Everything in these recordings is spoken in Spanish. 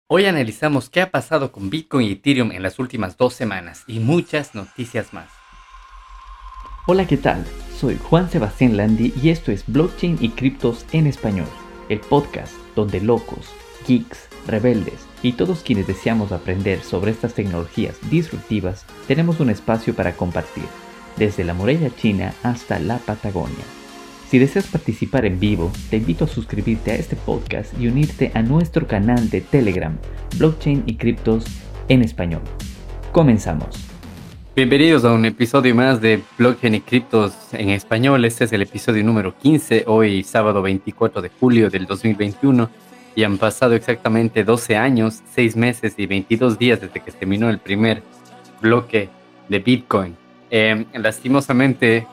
Hoy analizamos qué ha pasado con Bitcoin y Ethereum en las últimas 2 semanas y muchas noticias más. Hola, ¿qué tal? Soy Juan Sebastián Landi y esto es Blockchain y Criptos en Español, el podcast donde locos, geeks, rebeldes y todos quienes deseamos aprender sobre estas tecnologías disruptivas tenemos un espacio para compartir, desde la muralla china hasta la Patagonia. Si deseas participar en vivo, te invito a suscribirte a este podcast y unirte a nuestro canal de Telegram, Blockchain y Criptos en Español. Comenzamos. Bienvenidos a un episodio más de Blockchain y Criptos en Español. Este es el episodio número 15, hoy sábado 24 de julio del 2021. Y han pasado exactamente 12 años, 6 meses y 22 días desde que se terminó el primer bloque de Bitcoin. Lastimosamente,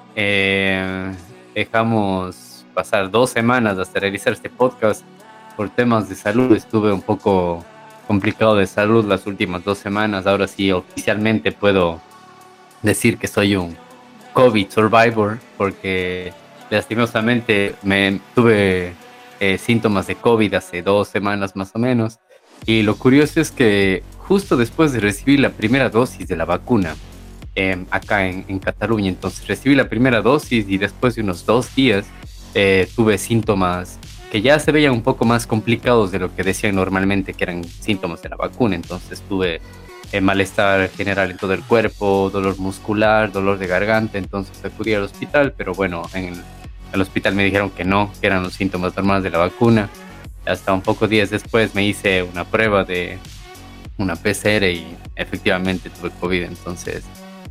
dejamos pasar 2 semanas hasta realizar este podcast por temas de salud. Estuve un poco complicado de salud las últimas 2 semanas. Ahora sí, oficialmente puedo decir que soy un COVID survivor porque lastimosamente me tuve síntomas de COVID hace 2 semanas más o menos. Y lo curioso es que justo después de recibir la primera dosis de la vacuna, acá en Cataluña, entonces recibí la primera dosis y después de unos 2 días tuve síntomas que ya se veían un poco más complicados de lo que decían normalmente que eran síntomas de la vacuna. Entonces tuve malestar general en todo el cuerpo, dolor muscular, dolor de garganta. Entonces acudí al hospital, pero bueno, en el hospital me dijeron que no, que eran los síntomas normales de la vacuna. Hasta un poco días después me hice una prueba de una PCR y efectivamente tuve COVID. Entonces,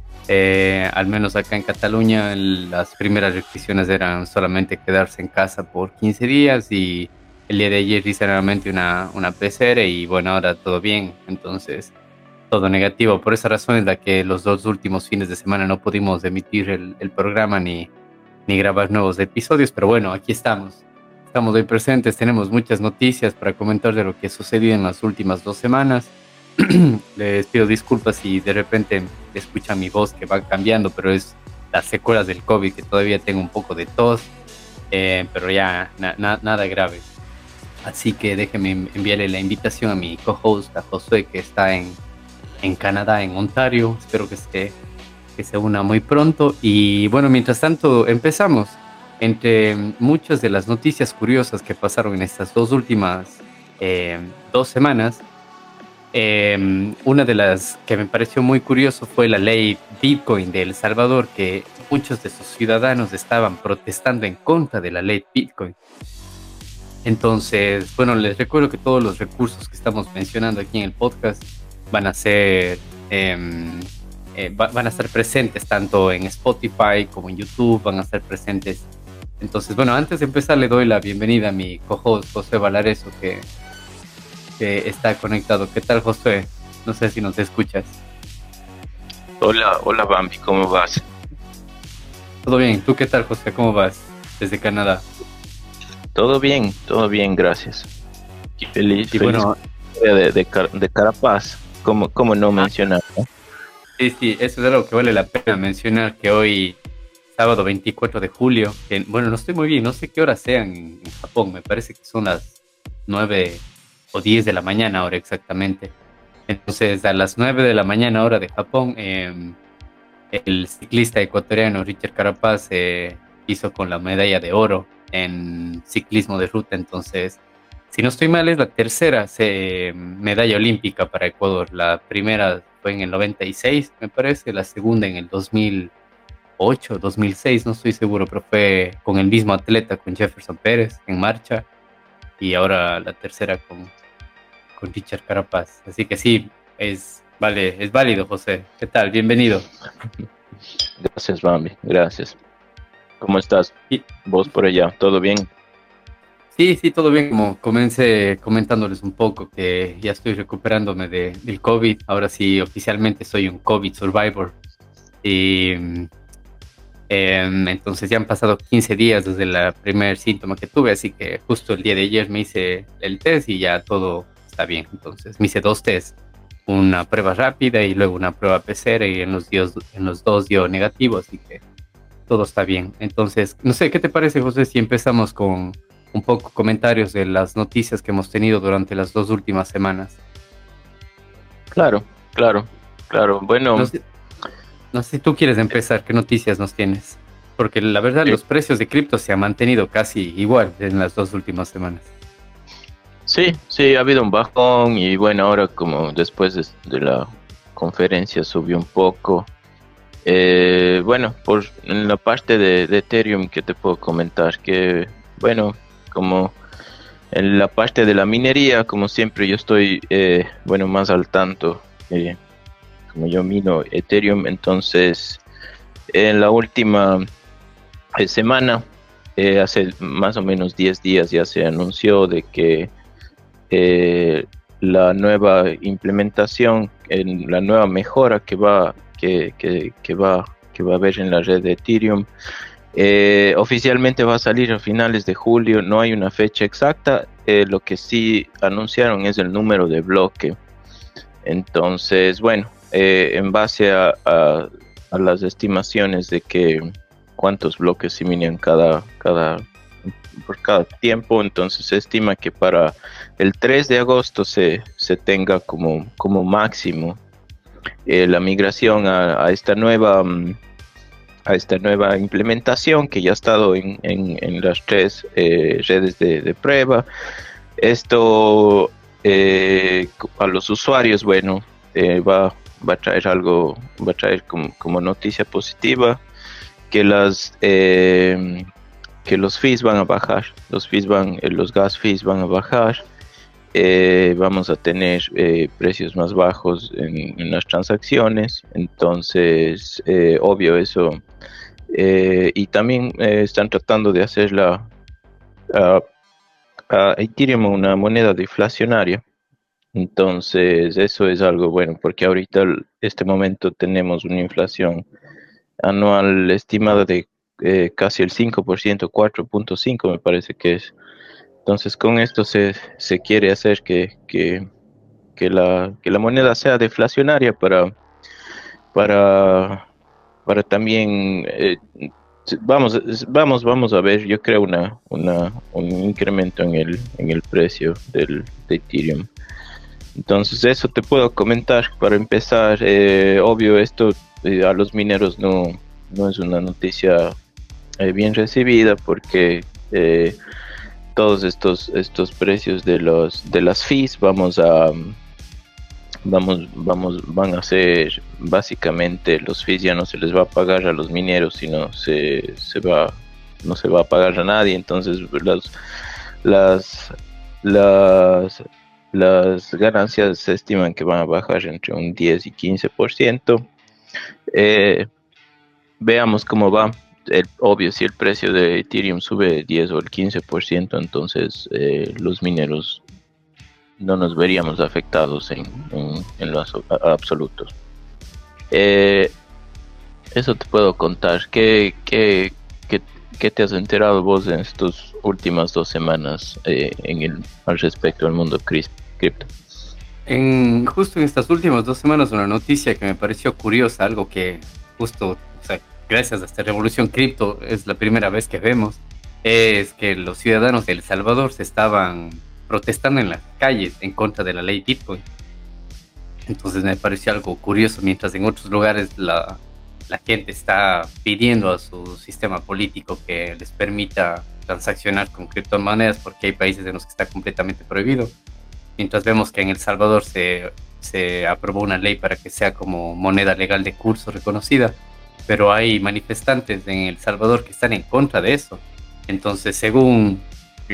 al menos acá en Cataluña, las primeras restricciones eran solamente quedarse en casa por 15 días y el día de ayer hice nuevamente una PCR y bueno, ahora todo bien. Entonces, todo negativo. Por esa razón es la que los 2 últimos fines de semana no pudimos emitir el programa ni grabar nuevos episodios, pero bueno, aquí estamos. Estamos hoy presentes, tenemos muchas noticias para comentar de lo que ha sucedido en las últimas 2 semanas. Les pido disculpas si de repente escuchan mi voz que va cambiando, pero es las secuelas del COVID, que todavía tengo un poco de tos, pero ya nada grave. Así que déjenme enviarle la invitación a mi co-host, a Josué, que está en Canadá, en Ontario. Espero que se una muy pronto. Y bueno, mientras tanto, empezamos. Entre muchas de las noticias curiosas que pasaron en estas 2 últimas 2 semanas, una de las que me pareció muy curioso fue la ley Bitcoin de El Salvador, que muchos de sus ciudadanos estaban protestando en contra de la ley Bitcoin. Entonces, bueno, les recuerdo que todos los recursos que estamos mencionando aquí en el podcast van a ser, van a estar presentes tanto en Spotify como en YouTube, van a estar presentes. Entonces, bueno, antes de empezar le doy la bienvenida a mi co-host José Valareso, que está conectado. ¿Qué tal, José? No sé si nos escuchas. Hola, hola Bambi, ¿cómo vas? Todo bien. ¿Tú qué tal, José? ¿Cómo vas desde Canadá? Todo bien, gracias. Y feliz Y bueno, de Carapaz, ¿cómo no mencionar, no? sí, eso es algo que vale la pena mencionar, que hoy, sábado 24 de julio, que, bueno, no estoy muy bien, no sé qué horas sean en Japón, me parece que son las 9 o 10 de la mañana ahora exactamente. Entonces, a las 9 de la mañana hora de Japón, el ciclista ecuatoriano Richard Carapaz hizo con la medalla de oro en ciclismo de ruta. Entonces, si no estoy mal, es la tercera medalla olímpica para Ecuador. La primera fue en el 96, me parece, la segunda en el 2008, 2006, no estoy seguro, pero fue con el mismo atleta, con Jefferson Pérez en marcha, y ahora la tercera con Richard Carapaz. Así que sí, es válido, José. ¿Qué tal? Bienvenido. Gracias Bambi, gracias. ¿Cómo estás? Y, ¿Vos por allá? ¿Todo bien? sí, todo bien. Como comencé comentándoles un poco que ya estoy recuperándome del COVID. Ahora sí, oficialmente soy un COVID survivor. Y entonces ya han pasado 15 días desde el primer síntoma que tuve. Así que justo el día de ayer me hice el test y ya todo está bien. Entonces me hice 2 tests. Una prueba rápida y luego una prueba PCR y en los dos dio negativo. Así que todo está bien. Entonces, no sé, ¿qué te parece, José, si empezamos con un poco comentarios de las noticias que hemos tenido durante las 2 últimas semanas? Claro, claro, claro. No Bueno, sé, no sé si tú quieres empezar, ¿qué noticias nos tienes? Porque la verdad eh, los precios de cripto se han mantenido casi igual en las 2 últimas semanas. sí, sí, ha habido un bajón y bueno, ahora como después de la conferencia subió un poco. Bueno, por en la parte de Ethereum que te puedo comentar que, bueno, como en la parte de la minería, como siempre yo estoy, bueno, más al tanto, como yo mino Ethereum, entonces en la última semana, hace más o menos 10 días ya se anunció de que eh, la nueva implementación, la nueva mejora que va a haber en la red de Ethereum, oficialmente va a salir a finales de julio. No hay una fecha exacta. Lo que sí anunciaron es el número de bloque. Entonces, bueno, en base a las estimaciones de que cuántos bloques se minan por cada tiempo, entonces se estima que para el 3 de agosto se tenga como máximo la migración a esta nueva implementación que ya ha estado en las tres redes de prueba. Esto a los usuarios, bueno, va a traer algo, va a traer como noticia positiva que que los fees van a bajar, los gas fees van a bajar. Vamos a tener precios más bajos en las transacciones, entonces obvio eso. Y también están tratando de hacer a, a Ethereum una moneda deflacionaria. Entonces, eso es algo bueno, porque ahorita, este momento, tenemos una inflación anual estimada de casi el 5%, 4.5 me parece que es. Entonces, con esto se quiere hacer que la moneda sea deflacionaria para, para también, vamos a ver, yo creo un incremento en el precio de Ethereum. Entonces eso te puedo comentar para empezar. Obvio, esto a los mineros no es una noticia bien recibida porque todos estos precios de las fees van a ser básicamente los fees ya no se les va a pagar a los mineros, sino no se va a pagar a nadie. Entonces las, las, las ganancias se estiman que van a bajar entre un 10 y 15%. Eh, Veamos cómo va. Obvio, si el precio de Ethereum sube 10 o el 15%, entonces los mineros no nos veríamos afectados en lo absoluto. Eh, Eso te puedo contar. ¿Qué te has enterado vos en estas últimas 2 semanas al respecto del mundo cripto? Justo en estas últimas 2 semanas, una noticia que me pareció curiosa, algo que justo, o sea, gracias a esta revolución cripto, es la primera vez que vemos, es que los ciudadanos de El Salvador se estaban protestando en las calles en contra de la ley Bitcoin. Entonces me pareció algo curioso, mientras en otros lugares la gente está pidiendo a su sistema político que les permita transaccionar con criptomonedas porque hay países en los que está completamente prohibido. Mientras vemos que en El Salvador se aprobó una ley para que sea como moneda legal de curso reconocida, pero hay manifestantes en El Salvador que están en contra de eso. Entonces, según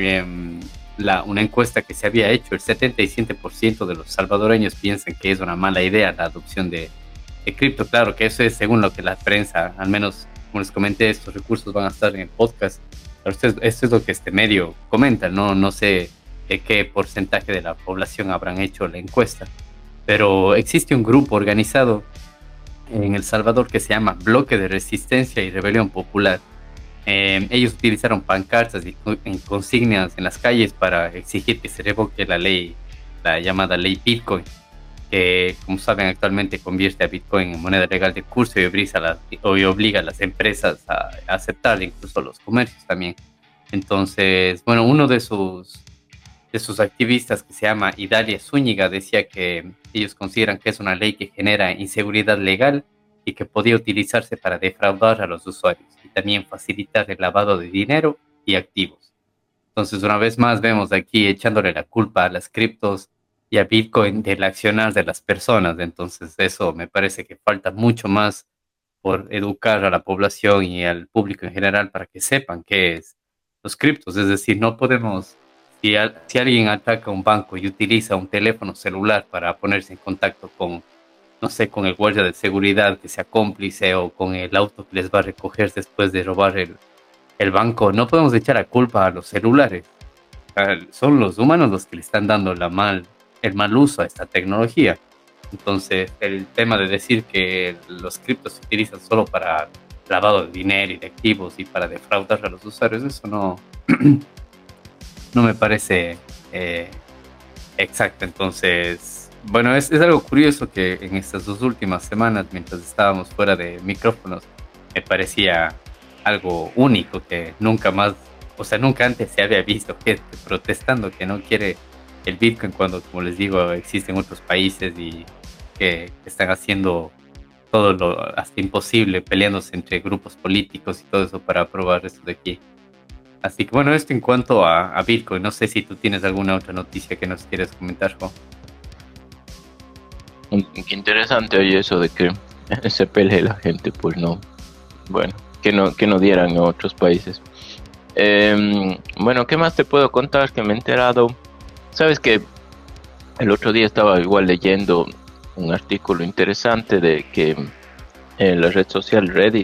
una encuesta que se había hecho, el 77% de los salvadoreños piensan que es una mala idea la adopción de cripto. Claro que eso es según lo que la prensa, al menos como les comenté, estos recursos van a estar en el podcast. Pero esto es lo que este medio comenta, no sé de qué porcentaje de la población habrán hecho la encuesta, pero existe un grupo organizado en El Salvador que se llama Bloque de Resistencia y Rebelión Popular. Ellos utilizaron pancartas y consignas en las calles para exigir que se revoque la ley, la llamada ley Bitcoin, que como saben actualmente convierte a Bitcoin en moneda legal de curso y obliga a las empresas a aceptarla, incluso los comercios también. Entonces, bueno, uno de sus activistas, que se llama Idalia Zúñiga, decía que ellos consideran que es una ley que genera inseguridad legal y que podía utilizarse para defraudar a los usuarios y también facilitar el lavado de dinero y activos. Entonces, una vez más, vemos aquí echándole la culpa a las criptos y a Bitcoin del accionar de las personas. Entonces, eso me parece que falta mucho más por educar a la población y al público en general para que sepan qué es los criptos. Es decir, no podemos, si alguien ataca un banco y utiliza un teléfono celular para ponerse en contacto con, no sé, con el guardia de seguridad que sea cómplice o con el auto que les va a recoger después de robar el banco, no podemos echar la culpa a los celulares. Son los humanos los que le están dando el mal uso a esta tecnología. Entonces, el tema de decir que los criptos se utilizan solo para lavado de dinero y de activos y para defraudar a los usuarios, eso no, no me parece exacto. Entonces, bueno, es algo curioso que en estas 2 últimas semanas, mientras estábamos fuera de micrófonos, me parecía algo único que nunca más, o sea, nunca antes se había visto gente protestando que no quiere el Bitcoin cuando, como les digo, existen otros países y que están haciendo todo lo hasta imposible, peleándose entre grupos políticos y todo eso para aprobar esto de aquí. Así que bueno, esto en cuanto a Bitcoin. No sé si tú tienes alguna otra noticia que nos quieres comentar, Jo. Qué interesante, oye, eso de que se pelee la gente, pues no. Bueno, que no dieran a otros países. Bueno, ¿qué más te puedo contar que me he enterado? Sabes que el otro día estaba igual leyendo un artículo interesante de que la red social Reddit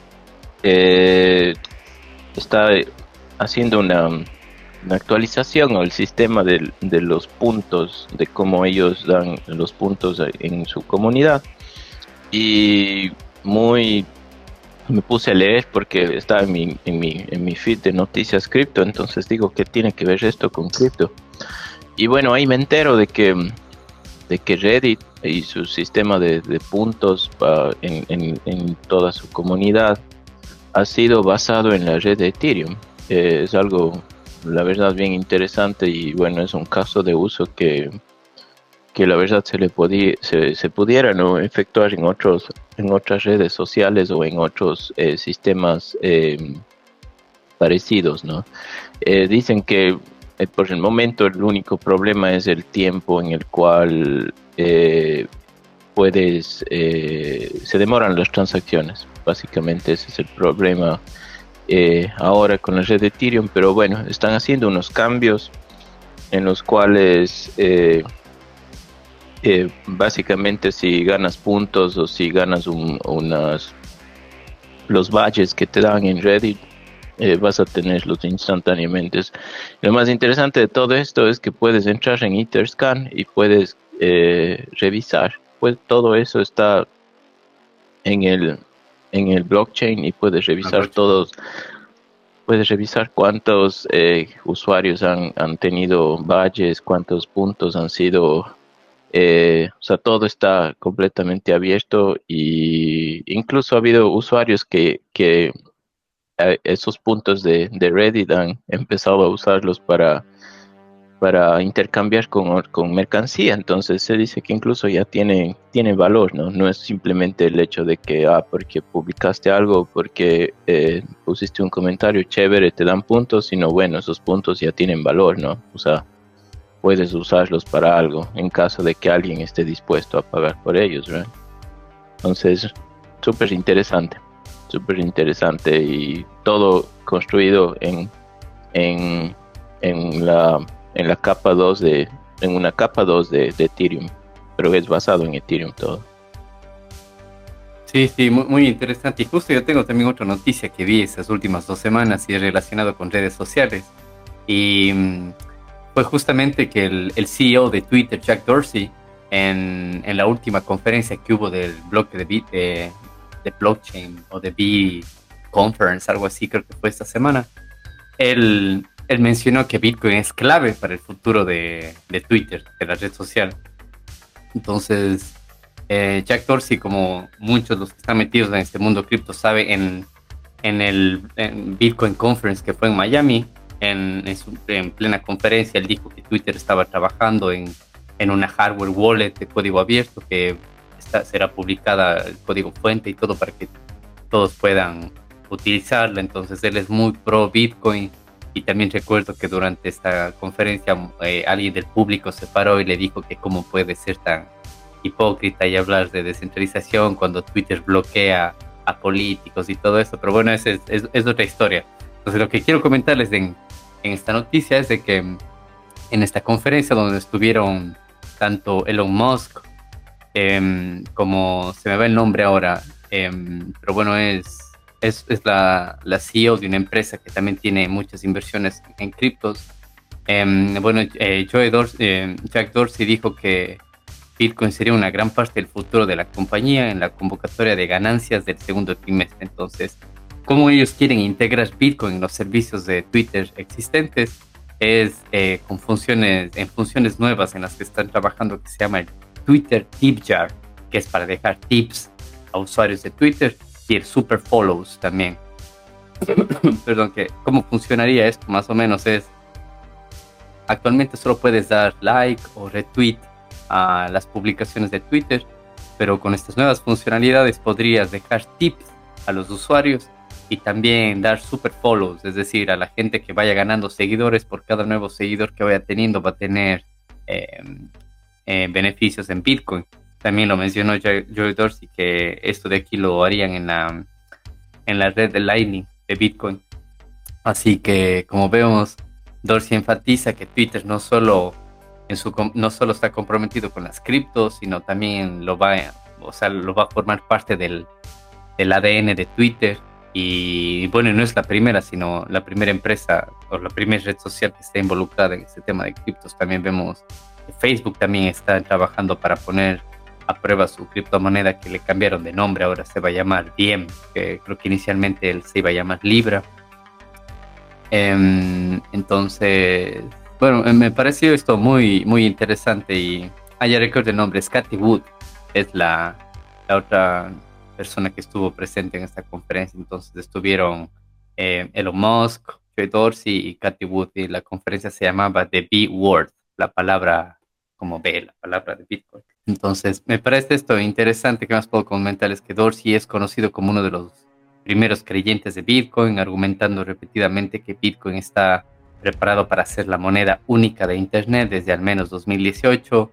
está haciendo una actualización al sistema de los puntos, de cómo ellos dan los puntos en su comunidad. Y me puse a leer porque está en mi feed de noticias cripto, entonces digo, ¿qué tiene que ver esto con cripto? Y bueno, ahí me entero de que Reddit y su sistema de puntos en toda su comunidad ha sido basado en la red de Ethereum. Es algo, la verdad, bien interesante y bueno, es un caso de uso que la verdad se pudiera, ¿no?, efectuar en otras redes sociales o en otros sistemas parecidos, ¿no? Dicen que por el momento el único problema es el tiempo en el cual se demoran las transacciones. Básicamente ese es el problema ahora con la red de Ethereum, pero bueno, están haciendo unos cambios en los cuales básicamente si ganas puntos o si ganas los badges que te dan en Reddit, vas a tenerlos instantáneamente. Lo más interesante de todo esto es que puedes entrar en Etherscan y puedes revisar, pues todo eso está en el blockchain y puedes revisar puedes revisar cuántos usuarios han tenido badges, cuántos puntos han sido, o sea, todo está completamente abierto y incluso ha habido usuarios que esos puntos de Reddit han empezado a usarlos para intercambiar con mercancía. Entonces se dice que incluso ya tiene valor, ¿no? No es simplemente el hecho de que porque publicaste algo, porque pusiste un comentario chévere te dan puntos, sino bueno, esos puntos ya tienen valor, ¿no? O sea, puedes usarlos para algo en caso de que alguien esté dispuesto a pagar por ellos, ¿verdad? Entonces, súper interesante y todo construido en la capa 2 en una capa 2 de Ethereum, pero es basado en Ethereum todo. Sí, sí, muy, muy interesante. Y justo yo tengo también otra noticia que vi esas últimas 2 semanas y es relacionado con redes sociales. Y fue justamente que el CEO de Twitter, Jack Dorsey, en la última conferencia que hubo del bloque de blockchain o de B-Conference, algo así creo que fue esta semana, él mencionó que Bitcoin es clave para el futuro de Twitter, de la red social. Entonces, Jack Dorsey, como muchos de los que están metidos en este mundo cripto, sabe, en Bitcoin Conference que fue en Miami, en plena conferencia, él dijo que Twitter estaba trabajando en en una hardware wallet de código abierto que será publicada el código fuente y todo para que todos puedan utilizarla. Entonces él es muy pro Bitcoin, y también recuerdo que durante esta conferencia alguien del público se paró y le dijo que cómo puede ser tan hipócrita y hablar de descentralización cuando Twitter bloquea a políticos y todo eso. Pero bueno, esa es otra historia. Entonces lo que quiero comentarles en esta noticia es de que en esta conferencia donde estuvieron tanto Elon Musk como se me va el nombre ahora, pero bueno, es la CEO de una empresa que también tiene muchas inversiones en criptos. Bueno, Jack Dorsey dijo que Bitcoin sería una gran parte del futuro de la compañía en la convocatoria de ganancias del segundo trimestre. Entonces, ¿cómo ellos quieren integrar Bitcoin en los servicios de Twitter existentes? Es en funciones nuevas en las que están trabajando, que se llama el Twitter Tip Jar, que es para dejar tips a usuarios de Twitter, y el Super Follows también. Perdón, que ¿cómo funcionaría esto? Más o menos actualmente solo puedes dar like o retweet a las publicaciones de Twitter, pero con estas nuevas funcionalidades podrías dejar tips a los usuarios y también dar super follows, es decir, a la gente que vaya ganando seguidores. Por cada nuevo seguidor que vaya teniendo va a tener beneficios en Bitcoin. También lo mencionó Joe Dorsey, que esto de aquí lo harían en la red de Lightning de Bitcoin. Así que, como vemos, Dorsey enfatiza que Twitter no solo está comprometido con las criptos, sino también lo va a formar parte del ADN de Twitter. Y bueno, no es la primera, sino la primera empresa o la primera red social que está involucrada en este tema de criptos. También vemos que Facebook también está trabajando para poner a prueba su criptomoneda, que le cambiaron de nombre, ahora se va a llamar Diem, que creo que inicialmente él se iba a llamar Libra. Entonces, bueno, me pareció esto muy, muy interesante. Y ya recuerdo el nombre, es Cathie Wood, es la otra persona que estuvo presente en esta conferencia. Entonces estuvieron Elon Musk, Joe Dorsey y Cathie Wood, y la conferencia se llamaba The B Word, la palabra como B, la palabra de Bitcoin. Entonces me parece esto interesante. ¿Qué más puedo comentarles? Que Dorsey es conocido como uno de los primeros creyentes de Bitcoin, argumentando repetidamente que Bitcoin está preparado para ser la moneda única de Internet desde al menos 2018.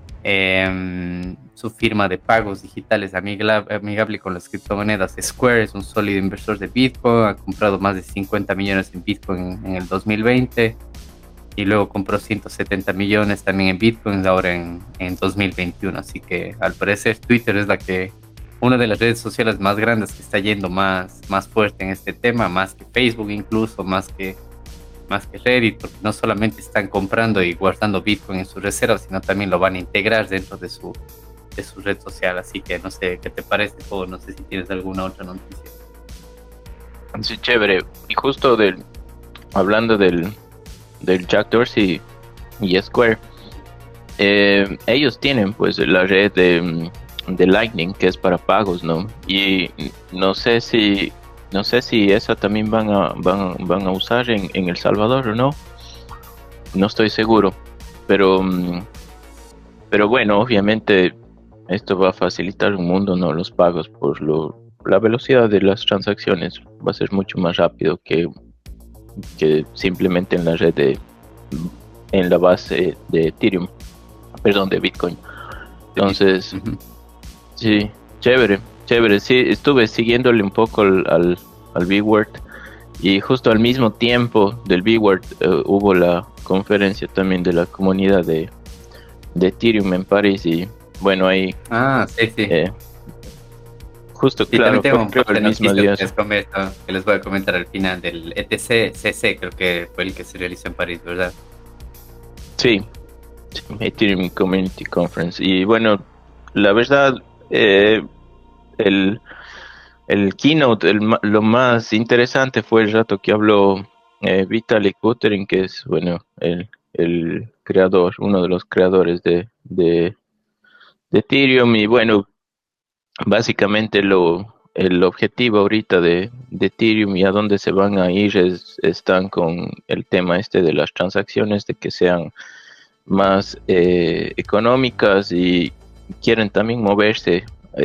Su firma de pagos digitales amigable con las criptomonedas, Square, es un sólido inversor de Bitcoin. Ha comprado más de 50 millones en Bitcoin en el 2020 y luego compró 170 millones también en Bitcoin ahora en 2021. Así que al parecer Twitter es una de las redes sociales más grandes que está yendo más fuerte en este tema, más que Facebook, incluso más que Reddit, porque no solamente están comprando y guardando Bitcoin en sus reservas, sino también lo van a integrar dentro de su red social. Así que no sé qué te parece, o no sé si tienes alguna otra noticia. Sí, chévere. Y justo hablando del Jack Dorsey y Square, ellos tienen pues la red de Lightning, que es para pagos, ¿no? Y no sé si esa también van a usar en El Salvador o no. No estoy seguro, pero bueno, obviamente esto va a facilitar un mundo, ¿no? Los pagos por la velocidad de las transacciones va a ser mucho más rápido que simplemente en la red en la base de Ethereum, perdón, de Bitcoin. Entonces, sí, chévere, sí, estuve siguiéndole un poco al B-Word, y justo al mismo tiempo del B-Word hubo la conferencia también de la comunidad de Ethereum en París, y bueno, ahí sí. Justo, sí, claro, fue el mismo día que les voy a comentar al final del ETC-CC, creo que fue el que se realizó en París, ¿verdad? Sí, Ethereum Community Conference. Y bueno, la verdad, el keynote, lo más interesante fue el rato que habló Vitalik Buterin, que es, bueno, el creador, uno de los creadores de Ethereum. Y bueno, básicamente el objetivo ahorita de Ethereum y a dónde se van a ir están con el tema de las transacciones, de que sean más económicas y quieren también moverse,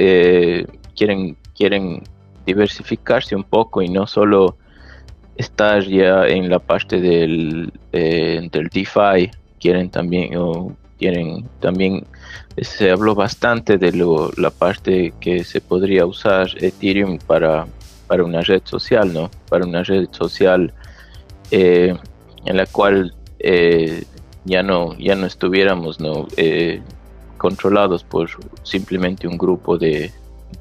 quieren diversificarse un poco y no solo estar ya en la parte del DeFi, quieren también, se habló bastante de la parte que se podría usar Ethereum para una red social, ¿no? Para una red social en la cual ya no estuviéramos, ¿no? Controlados por simplemente un grupo de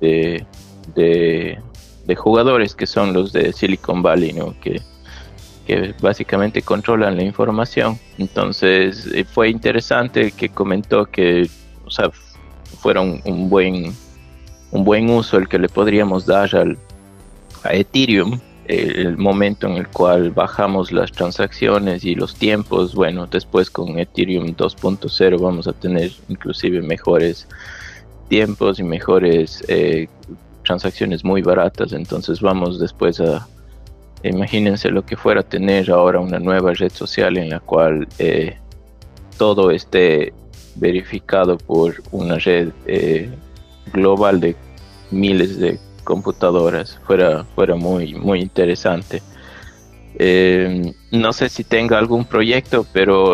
jugadores que son los de Silicon Valley, ¿no? Que básicamente controlan la información. Entonces fue interesante que comentó que, o sea, fuera un buen uso el que le podríamos dar a Ethereum, el momento en el cual bajamos las transacciones y los tiempos. Bueno, después con Ethereum 2.0 vamos a tener inclusive mejores tiempos y mejores transacciones muy baratas. Entonces vamos después imagínense lo que fuera tener ahora una nueva red social en la cual todo esté verificado por una red global de miles de computadoras. Fuera muy interesante. No sé si tenga algún proyecto, pero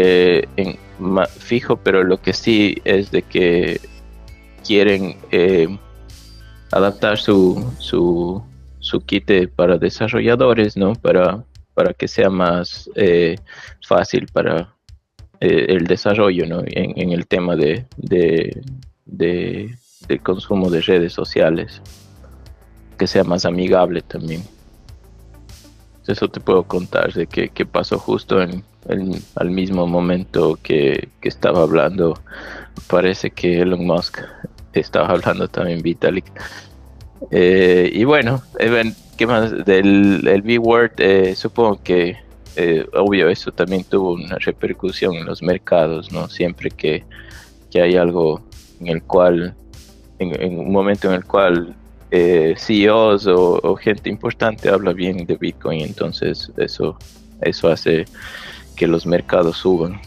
fijo, pero lo que sí es de que quieren adaptar su kit para desarrolladores, ¿no? Para que sea más fácil para el desarrollo, ¿no? En el tema del consumo de redes sociales, que sea más amigable también. Eso te puedo contar de que pasó justo al mismo momento que estaba hablando. Parece que Elon Musk estaba hablando también Vitalik. Y bueno, ¿qué más? El V-Word, supongo que obvio eso también tuvo una repercusión en los mercados, ¿no? Siempre que hay algo en el cual, en un momento en el cual CEOs o gente importante habla bien de Bitcoin, entonces eso hace que los mercados suban.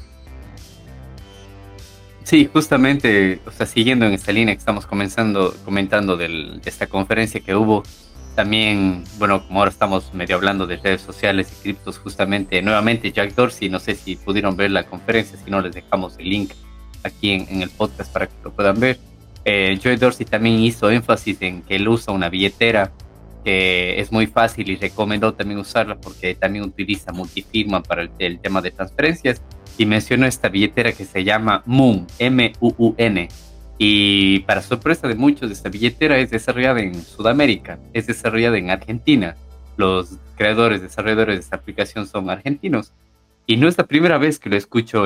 Sí, justamente, o sea, siguiendo en esta línea que estamos comentando de esta conferencia que hubo, también, bueno, como ahora estamos medio hablando de redes sociales y criptos, justamente, nuevamente Jack Dorsey, no sé si pudieron ver la conferencia, si no les dejamos el link aquí en el podcast para que lo puedan ver. Jack Dorsey también hizo énfasis en que él usa una billetera que es muy fácil y recomendó también usarla porque también utiliza multifirma para el tema de transferencias, y mencionó esta billetera que se llama Muun, M-U-U-N, y para sorpresa de muchos esta billetera es desarrollada en Sudamérica, es desarrollada en Argentina. Los desarrolladores de esta aplicación son argentinos, y no es la primera vez que lo escucho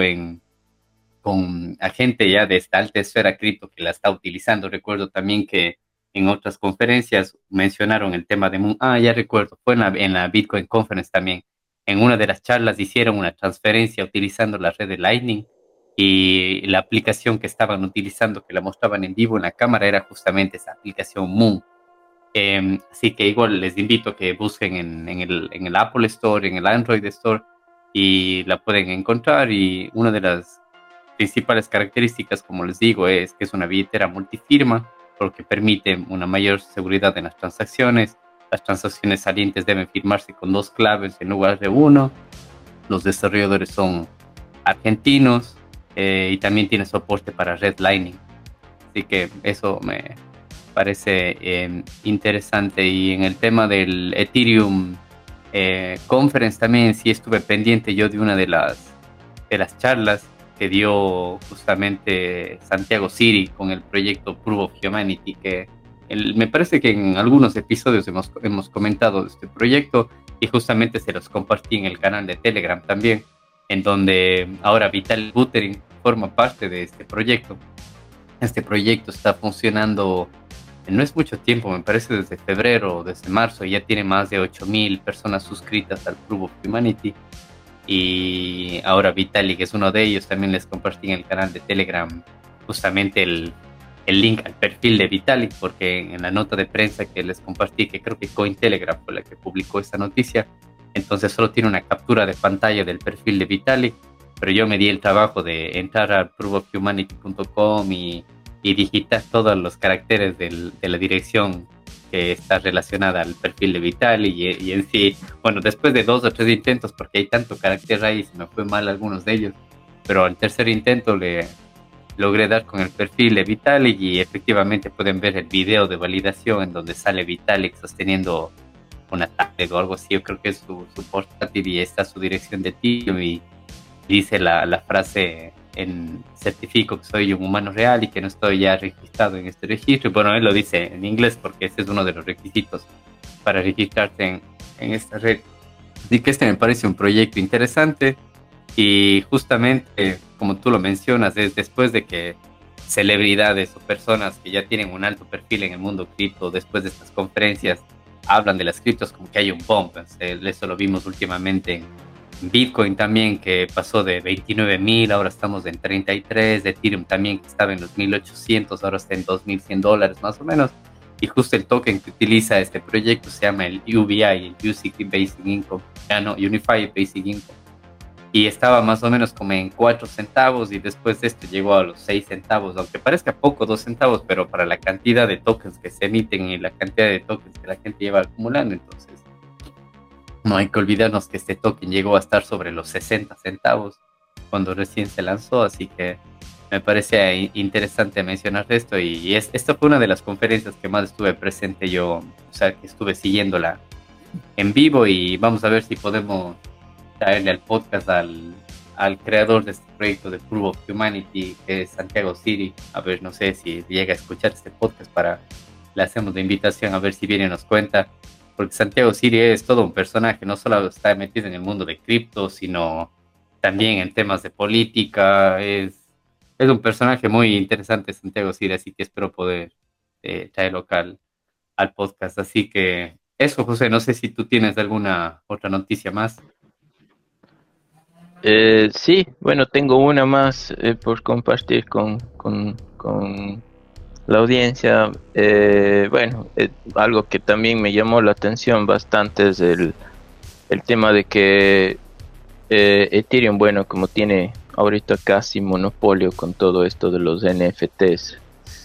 con gente ya de esta alta esfera cripto que la está utilizando. Recuerdo también que en otras conferencias mencionaron el tema de Muun. Ya recuerdo, fue en la Bitcoin Conference también. En una de las charlas hicieron una transferencia utilizando la red de Lightning, y la aplicación que estaban utilizando, que la mostraban en vivo en la cámara, era justamente esa aplicación Muun. Así que igual les invito a que busquen en el Apple Store, en el Android Store, y la pueden encontrar. Y una de las principales características, como les digo, es que es una billetera multifirma, porque permite una mayor seguridad en las transacciones. Las transacciones salientes deben firmarse con 2 claves en lugar de 1. Los desarrolladores son argentinos, y también tiene soporte para Red Lightning. Así que eso me parece interesante. Y en el tema del Ethereum Conference también sí estuve pendiente yo de una de las charlas que dio justamente Santiago Siri con el proyecto Proof of Humanity, que me parece que en algunos episodios hemos comentado de este proyecto, y justamente se los compartí en el canal de Telegram también, en donde ahora Vitalik Buterin forma parte de este proyecto. Este proyecto está funcionando, no es mucho tiempo, me parece desde febrero o desde marzo, y ya tiene más de 8,000 personas suscritas al Proof of Humanity. Y ahora Vitalik es uno de ellos. También les compartí en el canal de Telegram justamente el link al perfil de Vitalik, porque en la nota de prensa que les compartí, que creo que Cointelegraph fue la que publicó esta noticia, entonces solo tiene una captura de pantalla del perfil de Vitalik, pero yo me di el trabajo de entrar a proofofhumanity.com y digitar todos los caracteres de la dirección que está relacionada al perfil de Vitalik y en sí, bueno, después de 2 o 3 intentos, porque hay tanto carácter ahí, se me fue mal algunos de ellos, pero al tercer intento le logré dar con el perfil de Vitalik y efectivamente pueden ver el video de validación en donde sale Vitalik sosteniendo una tablet o algo así. Yo creo que es su portátil y está su dirección de Ethereum y dice la frase en certifico que soy un humano real y que no estoy ya registrado en este registro. Y bueno, él lo dice en inglés porque ese es uno de los requisitos para registrarte en esta red. Así que este me parece un proyecto interesante y justamente como tú lo mencionas, es después de que celebridades o personas que ya tienen un alto perfil en el mundo cripto, después de estas conferencias, hablan de las criptos como que hay un bump. Eso lo vimos últimamente en Bitcoin también, que pasó de 29,000, ahora estamos en 33, de Ethereum también, que estaba en los 1,800, ahora está en $2,100 más o menos. Y justo el token que utiliza este proyecto se llama el UBI, el USD Basic Income, no, Unified Basic Income. Y estaba más o menos como en 4 centavos y después de esto llegó a los 6 centavos, aunque parezca poco 2 centavos, pero para la cantidad de tokens que se emiten y la cantidad de tokens que la gente lleva acumulando, entonces no hay que olvidarnos que este token llegó a estar sobre los 60 centavos cuando recién se lanzó, así que me parece interesante mencionar esto y esta fue una de las conferencias que más estuve presente yo, o sea, que estuve siguiéndola en vivo y vamos a ver si podemos traerle al podcast al creador de este proyecto de Proof of Humanity, que es Santiago Siri. A ver, no sé si llega a escuchar este podcast, le hacemos la invitación a ver si viene y nos cuenta, porque Santiago Siri es todo un personaje, no solo está metido en el mundo de cripto, sino también en temas de política. Es un personaje muy interesante Santiago Siri, así que espero poder traerlo al podcast. Así que eso, José, no sé si tú tienes alguna otra noticia más. Sí, bueno, tengo una más por compartir con la audiencia. Bueno, algo que también me llamó la atención bastante es el tema de que Ethereum, bueno, como tiene ahorita casi monopolio con todo esto de los NFTs,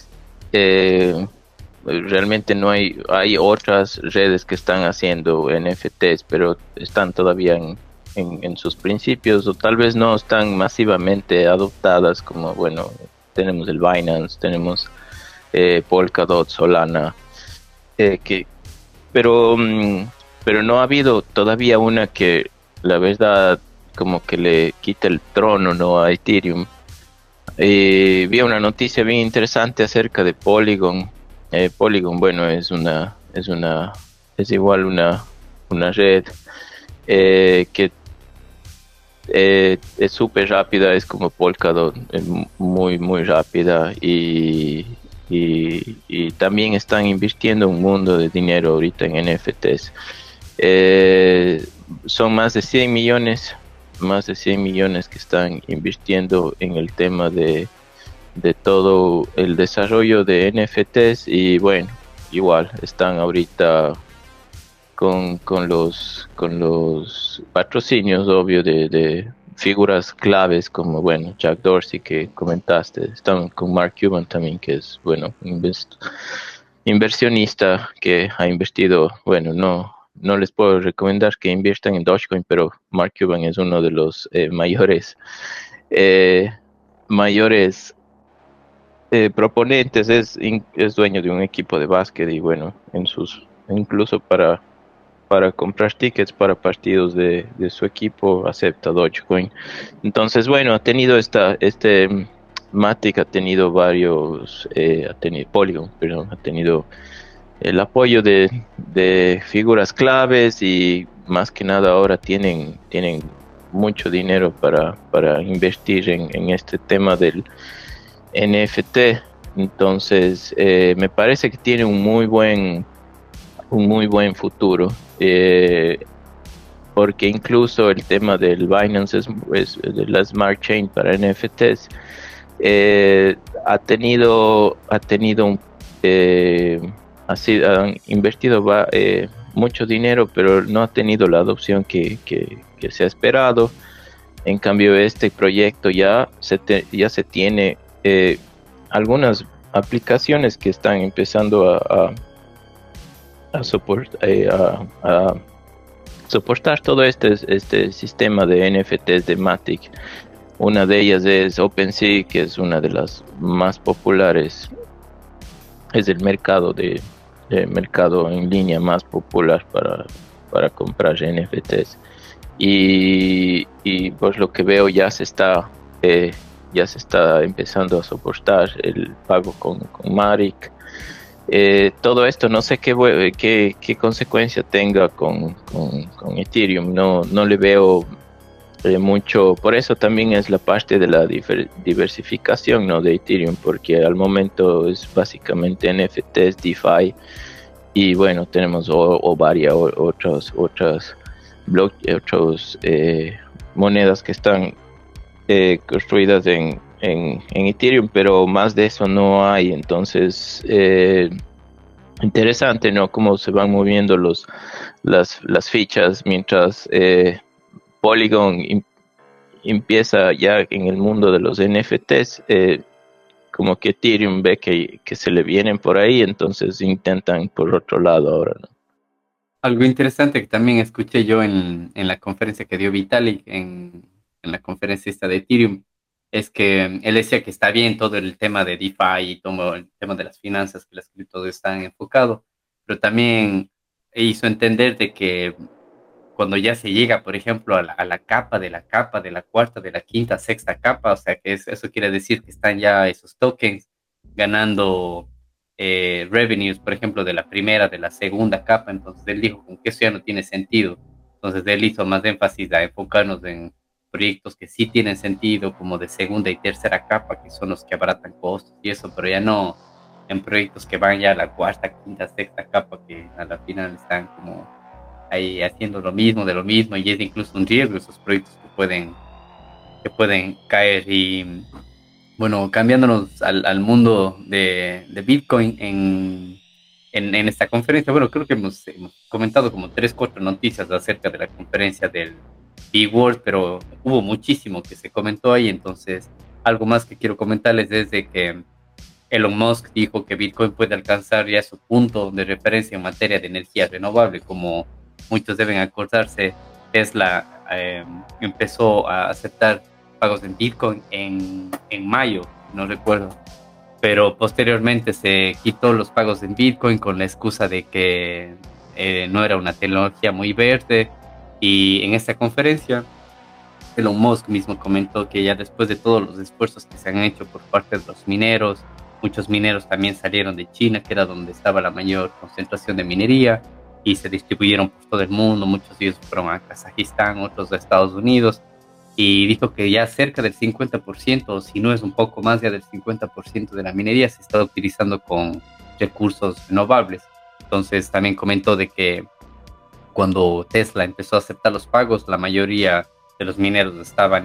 realmente no hay otras redes que están haciendo NFTs, pero están todavía en sus principios, o tal vez no están masivamente adoptadas, como bueno, tenemos el Binance, tenemos Polkadot, Solana, pero no ha habido todavía una que la verdad como que le quita el trono, ¿no?, a Ethereum. Vi una noticia bien interesante acerca de Polygon. Polygon, bueno, es igual una red que es súper rápida, es como Polkadot, es muy muy rápida y también están invirtiendo un mundo de dinero ahorita en NFTs. Son más de 100 millones que están invirtiendo en el tema de todo el desarrollo de NFTs y bueno, igual están ahorita con los patrocinios, obvio, de figuras claves como, bueno, Jack Dorsey, que comentaste. Están con Mark Cuban también, que es, bueno, inversionista que ha invertido, bueno, no les puedo recomendar que inviertan en Dogecoin, pero Mark Cuban es uno de los mayores proponentes, es dueño de un equipo de básquet y bueno, incluso para comprar tickets para partidos de su equipo acepta Dogecoin. Entonces, bueno, ha tenido Matic ha tenido Polygon, perdón, ha tenido el apoyo de figuras claves y más que nada ahora tienen mucho dinero para invertir en este tema del NFT. Entonces, me parece que tiene un muy buen futuro, porque incluso el tema del Binance de la Smart Chain para NFTs han invertido mucho dinero, pero no ha tenido la adopción que se ha esperado. En cambio, este proyecto ya se tiene algunas aplicaciones que están empezando a soportar todo este sistema de NFTs de Matic. Una de ellas es OpenSea, que es una de las más populares. Es el mercado mercado en línea más popular para comprar NFTs. Y pues lo que veo ya se está empezando a soportar el pago con Matic. Todo esto no sé qué consecuencia tenga con Ethereum. No le veo mucho. Por eso también es la parte de la diversificación, ¿no?, de Ethereum, porque al momento es básicamente NFTs, DeFi, y bueno, tenemos varias otras monedas que están construidas en Ethereum, pero más de eso no hay. Entonces interesante, ¿no?, cómo se van moviendo las fichas mientras Polygon empieza ya en el mundo de los NFTs. Como que Ethereum ve que se le vienen por ahí, entonces intentan por otro lado ahora, ¿no? Algo interesante que también escuché yo en la conferencia que dio Vitalik, en la conferencia esta de Ethereum, es que él decía que está bien todo el tema de DeFi y todo el tema de las finanzas, que las criptos están enfocados, pero también hizo entender de que cuando ya se llega, por ejemplo, a la capa, de la cuarta, de la quinta, sexta capa, o sea que eso quiere decir que están ya esos tokens ganando revenues, por ejemplo, de la primera, de la segunda capa. Entonces él dijo que eso ya no tiene sentido. Entonces él hizo más énfasis a enfocarnos en proyectos que sí tienen sentido, como de segunda y tercera capa, que son los que abaratan costos y eso, pero ya no en proyectos que van ya a la cuarta, quinta, sexta capa, que a la final están como ahí haciendo lo mismo de lo mismo, y es incluso un riesgo esos proyectos que pueden caer. Y bueno, cambiándonos al mundo de Bitcoin en esta conferencia, bueno, creo que hemos comentado como 3, 4 noticias acerca de la conferencia del B-World, pero hubo muchísimo que se comentó ahí. Entonces algo más que quiero comentarles es de que Elon Musk dijo que Bitcoin puede alcanzar ya su punto de referencia en materia de energía renovable. Como muchos deben acordarse, Tesla empezó a aceptar pagos en Bitcoin en mayo, no recuerdo, pero posteriormente se quitó los pagos en Bitcoin con la excusa de que no era una tecnología muy verde. Y en esta conferencia, Elon Musk mismo comentó que ya después de todos los esfuerzos que se han hecho por parte de los mineros, muchos mineros también salieron de China, que era donde estaba la mayor concentración de minería, y se distribuyeron por todo el mundo. Muchos de ellos fueron a Kazajistán, otros a Estados Unidos, y dijo que ya cerca del 50%, o si no es un poco más, ya del 50% de la minería se está utilizando con recursos renovables. Entonces también comentó de que cuando Tesla empezó a aceptar los pagos, la mayoría de los mineros estaban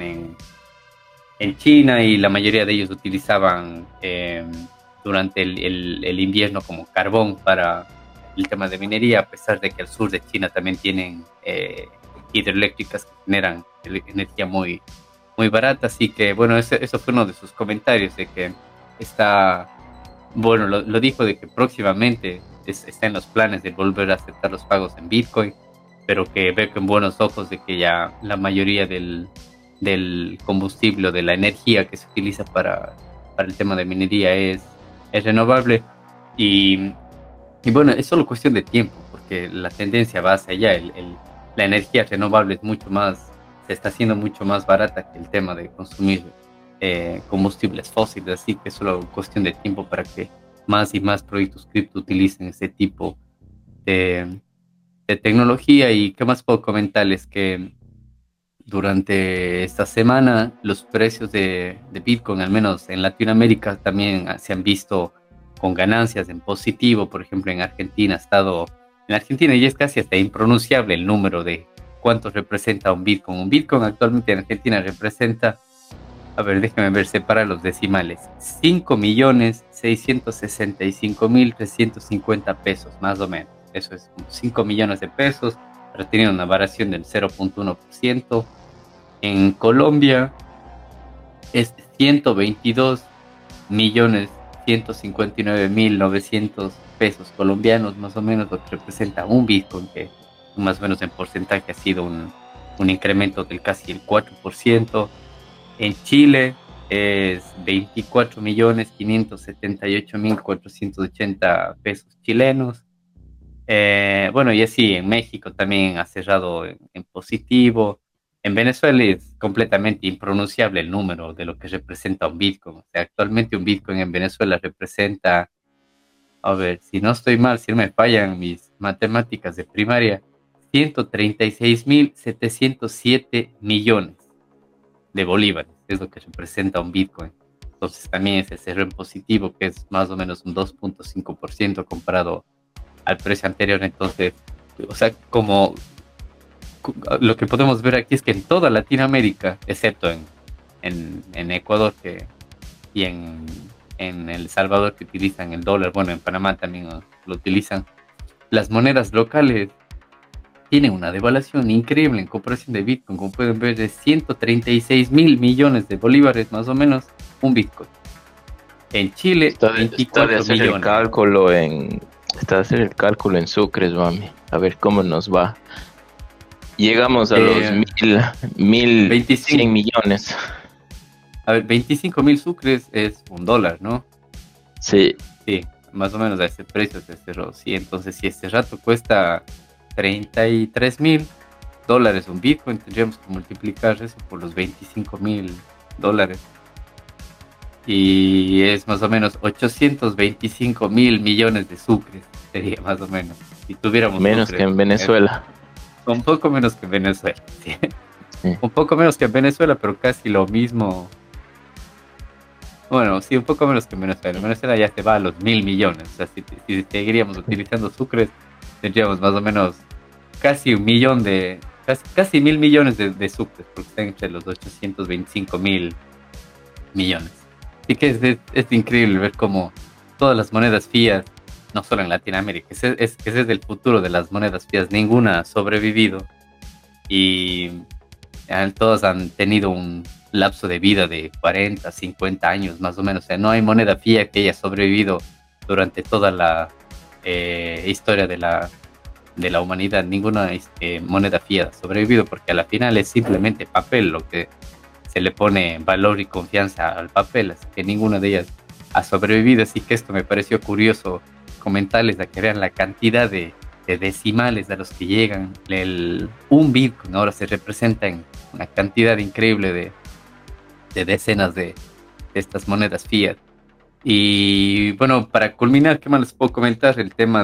en China, y la mayoría de ellos utilizaban durante el invierno como carbón para el tema de minería, a pesar de que al sur de China también tienen hidroeléctricas que generan energía muy, muy barata. Así que bueno, eso fue uno de sus comentarios, de que está, bueno, lo dijo de que próximamente está en los planes de volver a aceptar los pagos en Bitcoin, pero que ve con buenos ojos de que ya la mayoría del combustible, de la energía que se utiliza para el tema de minería es renovable. Y bueno, es solo cuestión de tiempo, porque la tendencia va hacia allá. La energía renovable es mucho más, se está haciendo mucho más barata que el tema de consumir combustibles fósiles, así que es solo cuestión de tiempo para que más y más proyectos cripto utilicen ese tipo de tecnología. ¿Y qué más puedo comentarles? Que durante esta semana los precios de Bitcoin, al menos en Latinoamérica, también se han visto con ganancias en positivo. Por ejemplo, en Argentina y es casi hasta impronunciable el número de cuánto representa un Bitcoin. Un Bitcoin actualmente en Argentina representa, a ver, déjenme ver, separar los decimales, 5.665.350 pesos, más o menos. Eso es 5 millones de pesos, pero tiene una variación del 0.1%. En Colombia es 122.159.900 pesos colombianos, más o menos lo que representa un Bitcoin, que más o menos en porcentaje ha sido un incremento del casi el 4%. En Chile es 24.578.480 pesos chilenos. Bueno, y así en México también ha cerrado en positivo. En Venezuela es completamente impronunciable el número de lo que representa un Bitcoin. O sea, actualmente un Bitcoin en Venezuela representa, a ver, si no estoy mal, si no me fallan mis matemáticas de primaria, 136.707 millones de bolívares. Es lo que representa un Bitcoin. Entonces también se cerró en positivo, que es más o menos un 2.5% comparado al precio anterior. Entonces, o sea, como lo que podemos ver aquí es que en toda Latinoamérica, excepto en Ecuador y en El Salvador, que utilizan el dólar, bueno, en Panamá también lo utilizan, las monedas locales tienen una devaluación increíble en comparación de Bitcoin. Como pueden ver, de 136.000 millones de bolívares más o menos un Bitcoin. En Chile, Está de 24 hacer el millones. cálculo está de hacer el cálculo en sucres, mami. A ver cómo nos va. Llegamos a los Eh, mil cien 25, millones. a ver, 25.000 sucres es un dólar, ¿no? Sí, Sí, más o menos a ese precio se cerró. Sí, entonces si este rato cuesta 33.000 dólares un Bitcoin, tendríamos que multiplicar eso por los 25.000 dólares. Y es más o menos 825.000 millones de sucres, sería más o menos. Si tuviéramos menos que sucres, en Venezuela. un poco menos que en Venezuela, sí. Sí. Un poco menos que en Venezuela, pero casi lo mismo. Bueno, sí, un poco menos que en Venezuela. En Venezuela ya se va a los 1.000 millones. O sea, si seguiríamos utilizando sucres, tendríamos más o menos casi un millón casi 1.000 millones de sucres, porque están entre los 825.000 millones. Así que es increíble ver cómo todas las monedas fiat, no solo en Latinoamérica, ese es el futuro de las monedas fiat, ninguna ha sobrevivido y todas han tenido un lapso de vida de 40, 50 años más o menos. O sea, no hay moneda fiat que haya sobrevivido durante toda la historia de la humanidad. Ninguna moneda fiat ha sobrevivido porque a la final es simplemente papel lo que se le pone valor y confianza al papel, así que ninguna de ellas ha sobrevivido. Así que esto me pareció curioso comentarles, a que vean la cantidad de decimales a los que llegan. Un Bitcoin ahora se representa en una cantidad increíble de decenas de estas monedas fiat. Y bueno, para culminar, ¿qué más les puedo comentar? El tema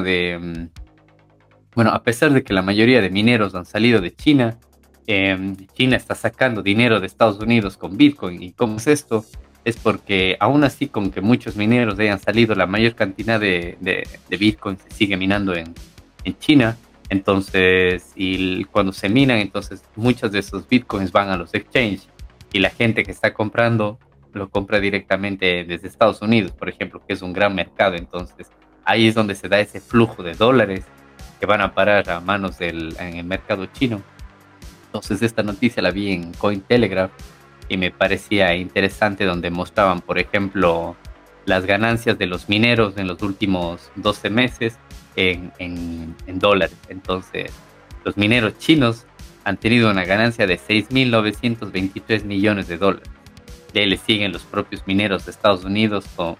bueno, a pesar de que la mayoría de mineros han salido de China, China está sacando dinero de Estados Unidos con Bitcoin. ¿Y cómo es esto? Es porque aún así, con que muchos mineros hayan salido, la mayor cantidad de Bitcoin se sigue minando en China. Entonces, y cuando se minan, entonces muchos de esos Bitcoins van a los exchanges y la gente que está comprando lo compra directamente desde Estados Unidos, por ejemplo, que es un gran mercado. Entonces, ahí es donde se da ese flujo de dólares que van a parar a manos en el mercado chino. Entonces esta noticia la vi en Cointelegraph y me parecía interesante, donde mostraban, por ejemplo, las ganancias de los mineros en los últimos 12 meses en dólares. Entonces, los mineros chinos han tenido una ganancia de 6.923 millones de dólares. De ahí le siguen los propios mineros de Estados Unidos con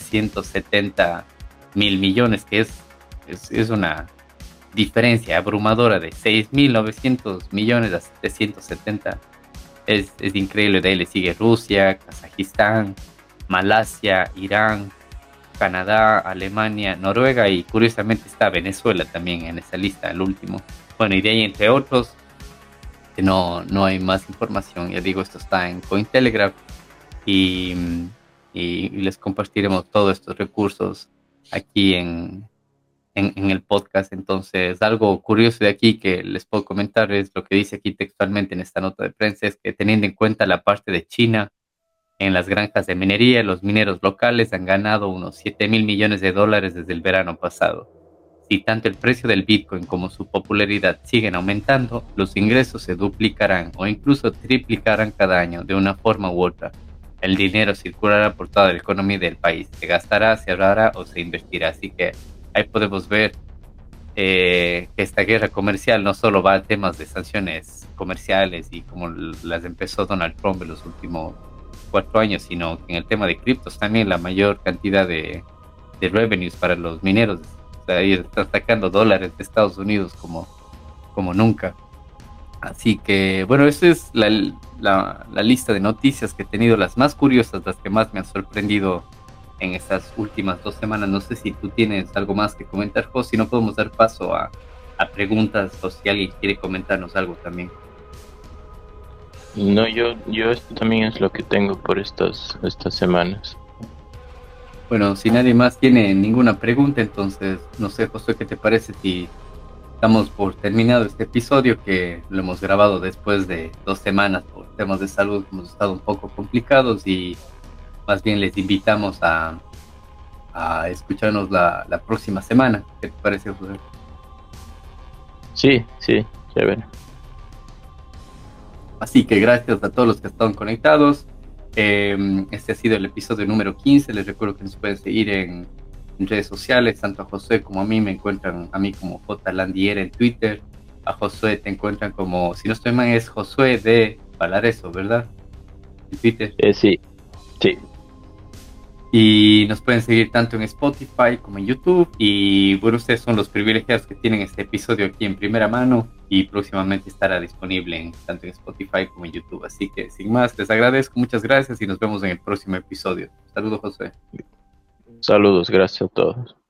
770.000 millones, que es una diferencia abrumadora de 6.900 millones a 770. Es increíble. De ahí le sigue Rusia, Kazajistán, Malasia, Irán, Canadá, Alemania, Noruega, y curiosamente está Venezuela también en esa lista, el último. Bueno, y de ahí entre otros, que no hay más información. Ya digo, esto está en Cointelegraph y, y les compartiremos todos estos recursos aquí en el podcast. Entonces, algo curioso de aquí que les puedo comentar es lo que dice aquí textualmente en esta nota de prensa: es que, teniendo en cuenta la parte de China en las granjas de minería, los mineros locales han ganado unos 7.000 millones de dólares desde el verano pasado. Si tanto el precio del Bitcoin como su popularidad siguen aumentando, los ingresos se duplicarán o incluso triplicarán cada año de una forma u otra. El dinero circulará por toda la economía del país, se gastará, se ahorrará o se invertirá. Así que ahí podemos ver que esta guerra comercial no solo va a temas de sanciones comerciales y como las empezó Donald Trump en los últimos 4 años, sino que en el tema de criptos también la mayor cantidad de revenues para los mineros. O sea, ellos están sacando dólares de Estados Unidos como nunca. Así que, bueno, esa es la lista de noticias que he tenido, las más curiosas, las que más me han sorprendido en estas últimas 2 semanas. No sé si tú tienes algo más que comentar, José, si no podemos dar paso a preguntas o si alguien quiere comentarnos algo también. No, yo esto también es lo que tengo por estas semanas. Bueno, si nadie más tiene ninguna pregunta, entonces, no sé, José, ¿qué te parece si damos por terminado este episodio que lo hemos grabado después de 2 semanas por temas de salud que hemos estado un poco complicados y más bien les invitamos a escucharnos la próxima semana? ¿Qué te parece, José? Sí, chévere. Así que gracias a todos los que están conectados. Este ha sido el episodio número 15. Les recuerdo que nos pueden seguir en redes sociales, tanto a Josué como a mí. Me encuentran a mí como JLandiera en Twitter. A Josué te encuentran como, si no estoy mal, es Josué de Valareso, ¿verdad? En Twitter. Sí. Y nos pueden seguir tanto en Spotify como en YouTube. Y bueno, ustedes son los privilegiados que tienen este episodio aquí en primera mano. Y próximamente estará disponible tanto en Spotify como en YouTube. Así que sin más, les agradezco, muchas gracias y nos vemos en el próximo episodio. Saludos, José. Saludos, gracias a todos.